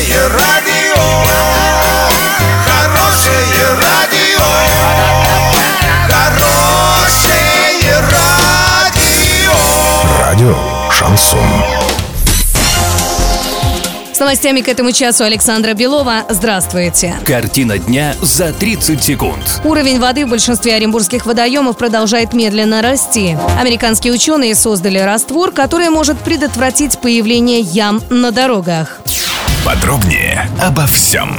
Хорошее радио, хорошее радио, хорошее радио. Радио «Шансон». С новостями к этому часу Александра Белова. Здравствуйте. Картина дня за 30 секунд. Уровень воды в большинстве оренбургских водоемов продолжает медленно расти. Американские ученые создали раствор, который может предотвратить появление ям на дорогах. Подробнее обо всем.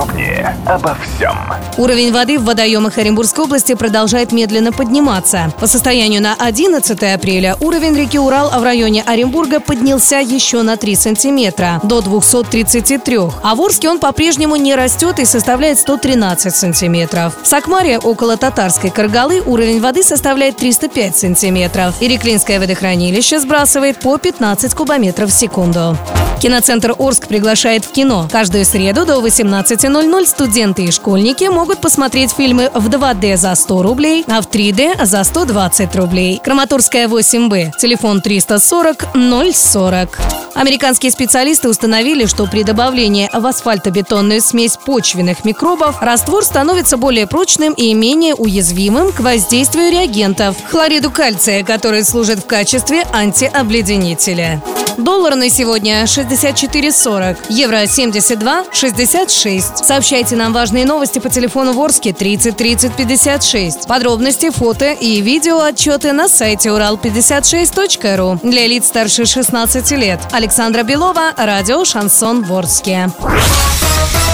Уровень воды в водоемах Оренбургской области продолжает медленно подниматься. По состоянию на 11 апреля уровень реки Урал в районе Оренбурга поднялся еще на 3 сантиметра, до 233. А в Орске он по-прежнему не растет и составляет 113 сантиметров. В Сакмаре, около Татарской Каргалы, уровень воды составляет 305 сантиметров. И Реклинское водохранилище сбрасывает по 15 кубометров в секунду. Киноцентр «Орск» приглашает в кино. Каждую среду до 18:00 студенты и школьники могут посмотреть фильмы в 2D за 100 рублей, а в 3D за 120 рублей. Краматорская 8Б. Телефон 340 040. Американские специалисты установили, что при добавлении в асфальтобетонную смесь почвенных микробов раствор становится более прочным и менее уязвимым к воздействию реагентов – хлориду кальция, который служит в качестве антиобледенителя. Доллар на сегодня 64.40, евро 72.66. Сообщайте нам важные новости по телефону в Орске 30 30 56. Подробности, фото и видео отчеты на сайте урал56.ру. Для лиц старше 16 лет. Александра Белова, радио «Шансон» в Орске.